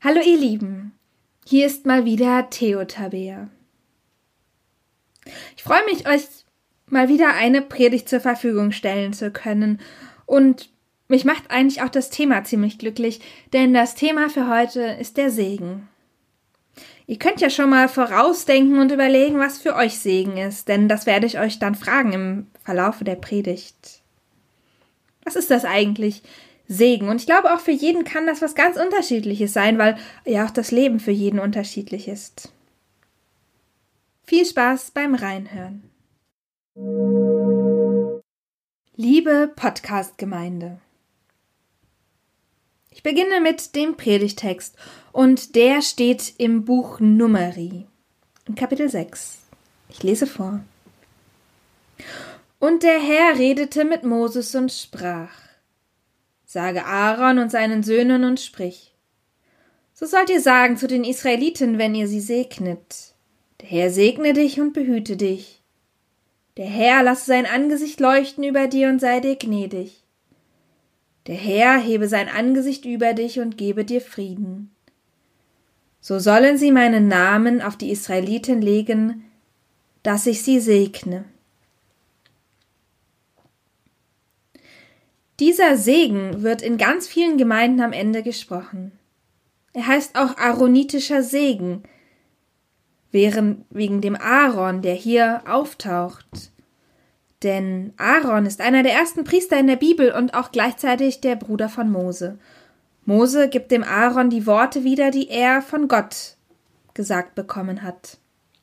Hallo ihr Lieben, hier ist mal wieder Theo Tabea. Ich freue mich, euch mal wieder eine Predigt zur Verfügung stellen zu können und mich macht eigentlich auch das Thema ziemlich glücklich, denn das Thema für heute ist der Segen. Ihr könnt ja schon mal vorausdenken und überlegen, was für euch Segen ist, denn das werde ich euch dann fragen im Verlauf der Predigt. Was ist das eigentlich? Segen. Und ich glaube, auch für jeden kann das was ganz Unterschiedliches sein, weil ja auch das Leben für jeden unterschiedlich ist. Viel Spaß beim Reinhören. Liebe Podcast-Gemeinde. Ich beginne mit dem Predigtext und der steht im Buch Numeri, in Kapitel 6. Ich lese vor. Und der Herr redete mit Moses und sprach: Sage Aaron und seinen Söhnen und sprich: So sollt ihr sagen zu den Israeliten, wenn ihr sie segnet: Der Herr segne dich und behüte dich. Der Herr lasse sein Angesicht leuchten über dir und sei dir gnädig. Der Herr hebe sein Angesicht über dich und gebe dir Frieden. So sollen sie meinen Namen auf die Israeliten legen, dass ich sie segne. Dieser Segen wird in ganz vielen Gemeinden am Ende gesprochen. Er heißt auch aaronitischer Segen, wegen dem Aaron, der hier auftaucht. Denn Aaron ist einer der ersten Priester in der Bibel und auch gleichzeitig der Bruder von Mose. Mose gibt dem Aaron die Worte wieder, die er von Gott gesagt bekommen hat.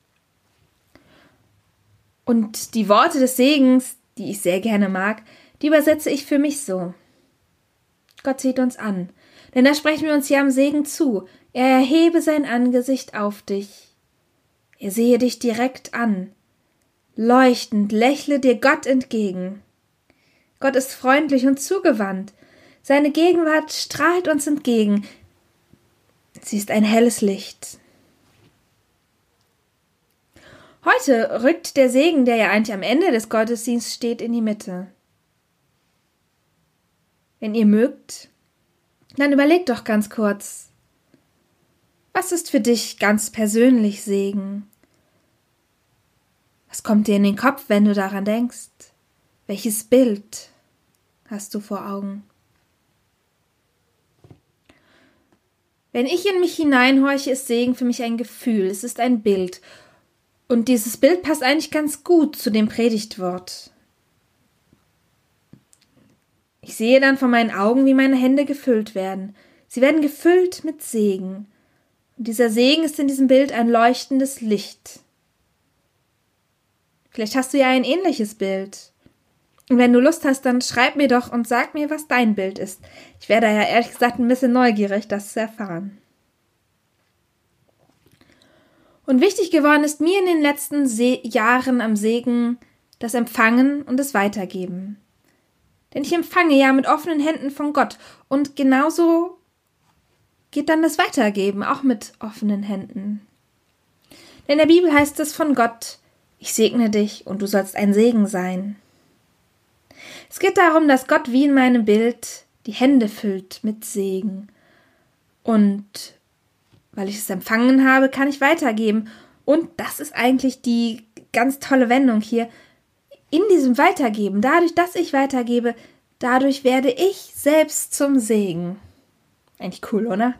Und die Worte des Segens, die ich sehr gerne mag, die übersetze ich für mich so: Gott sieht uns an, denn da sprechen wir uns ja am Segen zu. Er erhebe sein Angesicht auf dich. Er sehe dich direkt an. Leuchtend lächle dir Gott entgegen. Gott ist freundlich und zugewandt. Seine Gegenwart strahlt uns entgegen. Sie ist ein helles Licht. Heute rückt der Segen, der ja eigentlich am Ende des Gottesdienstes steht, in die Mitte. Wenn ihr mögt, dann überlegt doch ganz kurz: Was ist für dich ganz persönlich Segen? Was kommt dir in den Kopf, wenn du daran denkst? Welches Bild hast du vor Augen? Wenn ich in mich hineinhorche, ist Segen für mich ein Gefühl, es ist ein Bild. Und dieses Bild passt eigentlich ganz gut zu dem Predigtwort. Ich sehe dann vor meinen Augen, wie meine Hände gefüllt werden. Sie werden gefüllt mit Segen. Und dieser Segen ist in diesem Bild ein leuchtendes Licht. Vielleicht hast du ja ein ähnliches Bild. Und wenn du Lust hast, dann schreib mir doch und sag mir, was dein Bild ist. Ich wäre da ja ehrlich gesagt ein bisschen neugierig, das zu erfahren. Und wichtig geworden ist mir in den letzten Jahren am Segen das Empfangen und das Weitergeben. Denn ich empfange ja mit offenen Händen von Gott und genauso geht dann das Weitergeben, auch mit offenen Händen. Denn in der Bibel heißt es von Gott: Ich segne dich und du sollst ein Segen sein. Es geht darum, dass Gott wie in meinem Bild die Hände füllt mit Segen. Und weil ich es empfangen habe, kann ich weitergeben. Und das ist eigentlich die ganz tolle Wendung hier. In diesem Weitergeben, dadurch, dass ich weitergebe, dadurch werde ich selbst zum Segen. Eigentlich cool, oder?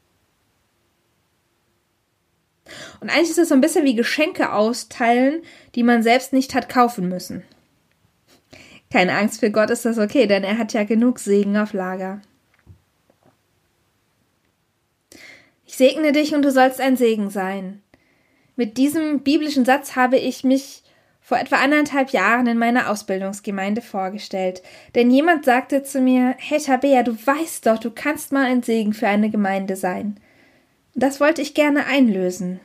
Und eigentlich ist es so ein bisschen wie Geschenke austeilen, die man selbst nicht hat kaufen müssen. Keine Angst, für Gott ist das okay, denn er hat ja genug Segen auf Lager. Ich segne dich und du sollst ein Segen sein. Mit diesem biblischen Satz habe ich mich vor etwa 1,5 Jahren in meiner Ausbildungsgemeinde vorgestellt. Denn jemand sagte zu mir: Hey Tabea, du weißt doch, du kannst mal ein Segen für eine Gemeinde sein. Und das wollte ich gerne einlösen.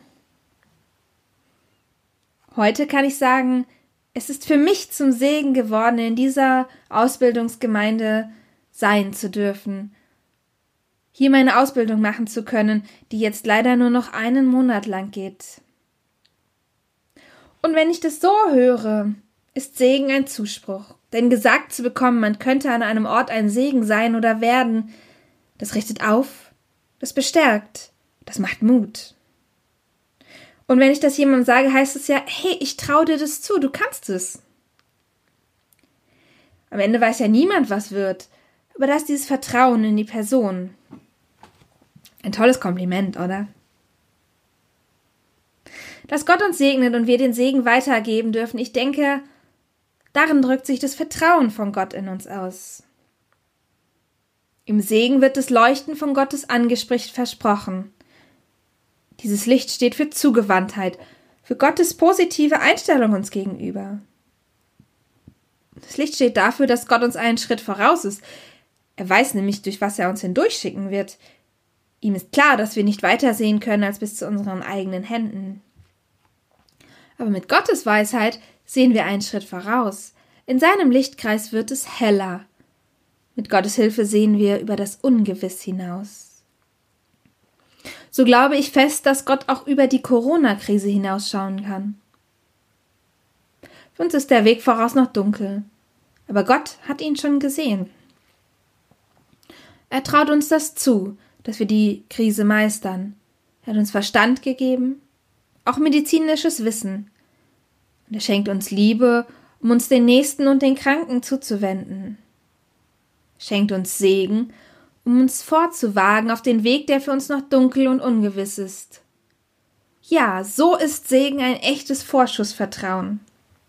Heute kann ich sagen, es ist für mich zum Segen geworden, in dieser Ausbildungsgemeinde sein zu dürfen. Hier meine Ausbildung machen zu können, die jetzt leider nur noch 1 Monat lang geht. Und wenn ich das so höre, ist Segen ein Zuspruch. Denn gesagt zu bekommen, man könnte an einem Ort ein Segen sein oder werden, das richtet auf Das bestärkt, das macht Mut. Und wenn ich das jemandem sage, heißt es ja, hey, ich traue dir das zu, du kannst es. Am Ende weiß ja niemand, was wird, aber da ist dieses Vertrauen in die Person. Ein tolles Kompliment, oder? Dass Gott uns segnet und wir den Segen weitergeben dürfen, ich denke, darin drückt sich das Vertrauen von Gott in uns aus. Im Segen wird das Leuchten von Gottes Angesicht versprochen. Dieses Licht steht für Zugewandtheit, für Gottes positive Einstellung uns gegenüber. Das Licht steht dafür, dass Gott uns einen Schritt voraus ist. Er weiß nämlich, durch was er uns hindurchschicken wird. Ihm ist klar, dass wir nicht weitersehen können als bis zu unseren eigenen Händen. Aber mit Gottes Weisheit sehen wir einen Schritt voraus. In seinem Lichtkreis wird es heller. Mit Gottes Hilfe sehen wir über das Ungewiss hinaus. So glaube ich fest, dass Gott auch über die Corona-Krise hinausschauen kann. Für uns ist der Weg voraus noch dunkel, aber Gott hat ihn schon gesehen. Er traut uns das zu, dass wir die Krise meistern. Er hat uns Verstand gegeben, auch medizinisches Wissen. Und er schenkt uns Liebe, um uns den Nächsten und den Kranken zuzuwenden. Er schenkt uns Segen, um uns fortzuwagen auf den Weg, der für uns noch dunkel und ungewiss ist. Ja, so ist Segen ein echtes Vorschussvertrauen.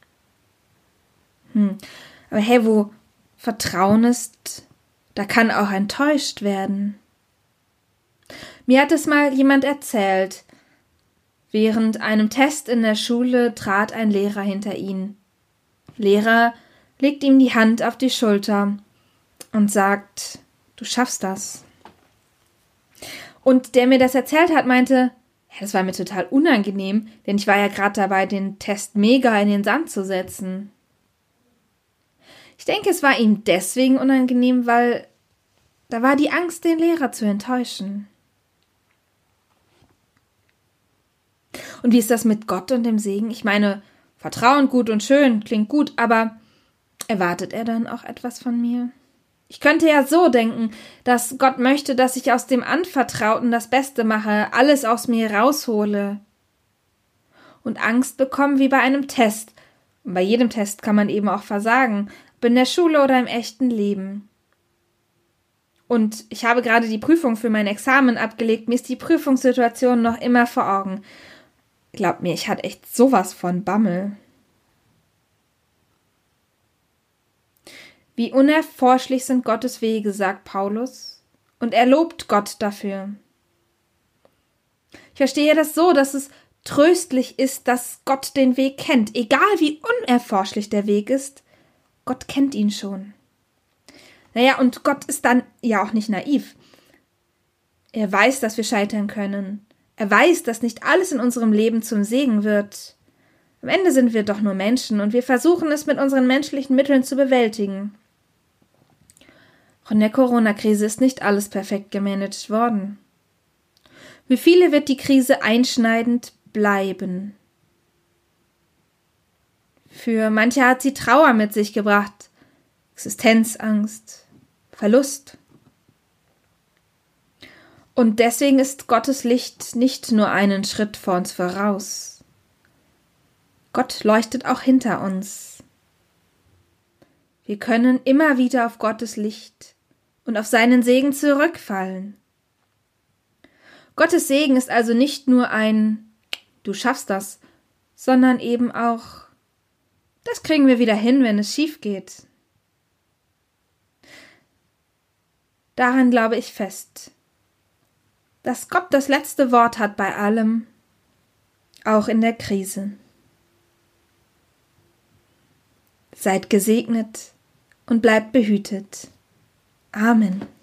Aber hey, wo Vertrauen ist, da kann auch enttäuscht werden. Mir hat es mal jemand erzählt. Während einem Test in der Schule trat ein Lehrer hinter ihn. Lehrer legt ihm die Hand auf die Schulter und sagt, du schaffst das. Und der mir das erzählt hat, meinte, ja, das war mir total unangenehm, denn ich war ja gerade dabei, den Test mega in den Sand zu setzen. Ich denke, es war ihm deswegen unangenehm, weil da war die Angst, den Lehrer zu enttäuschen. Und wie ist das mit Gott und dem Segen? Ich meine, Vertrauen gut und schön, klingt gut, aber erwartet er dann auch etwas von mir? Ich könnte ja so denken, dass Gott möchte, dass ich aus dem Anvertrauten das Beste mache, alles aus mir raushole. Und Angst bekommen wie bei einem Test. Und bei jedem Test kann man eben auch versagen, ob in der Schule oder im echten Leben. Und ich habe gerade die Prüfung für mein Examen abgelegt, mir ist die Prüfungssituation noch immer vor Augen. Glaub mir, ich hatte echt sowas von Bammel. Wie unerforschlich sind Gottes Wege, sagt Paulus, und er lobt Gott dafür. Ich verstehe das so, dass es tröstlich ist, dass Gott den Weg kennt, egal wie unerforschlich der Weg ist, Gott kennt ihn schon. Naja, und Gott ist dann ja auch nicht naiv. Er weiß, dass wir scheitern können. Er weiß, dass nicht alles in unserem Leben zum Segen wird. Am Ende sind wir doch nur Menschen und wir versuchen es mit unseren menschlichen Mitteln zu bewältigen. Auch in der Corona-Krise ist nicht alles perfekt gemanagt worden. Für viele wird die Krise einschneidend bleiben. Für manche hat sie Trauer mit sich gebracht, Existenzangst, Verlust. Und deswegen ist Gottes Licht nicht nur einen Schritt vor uns voraus. Gott leuchtet auch hinter uns. Wir können immer wieder auf Gottes Licht und auf seinen Segen zurückfallen. Gottes Segen ist also nicht nur ein „Du schaffst das“, sondern eben auch „Das kriegen wir wieder hin, wenn es schief geht“. Daran glaube ich fest, dass Gott das letzte Wort hat bei allem, auch in der Krise. Seid gesegnet und bleibt behütet. Amen.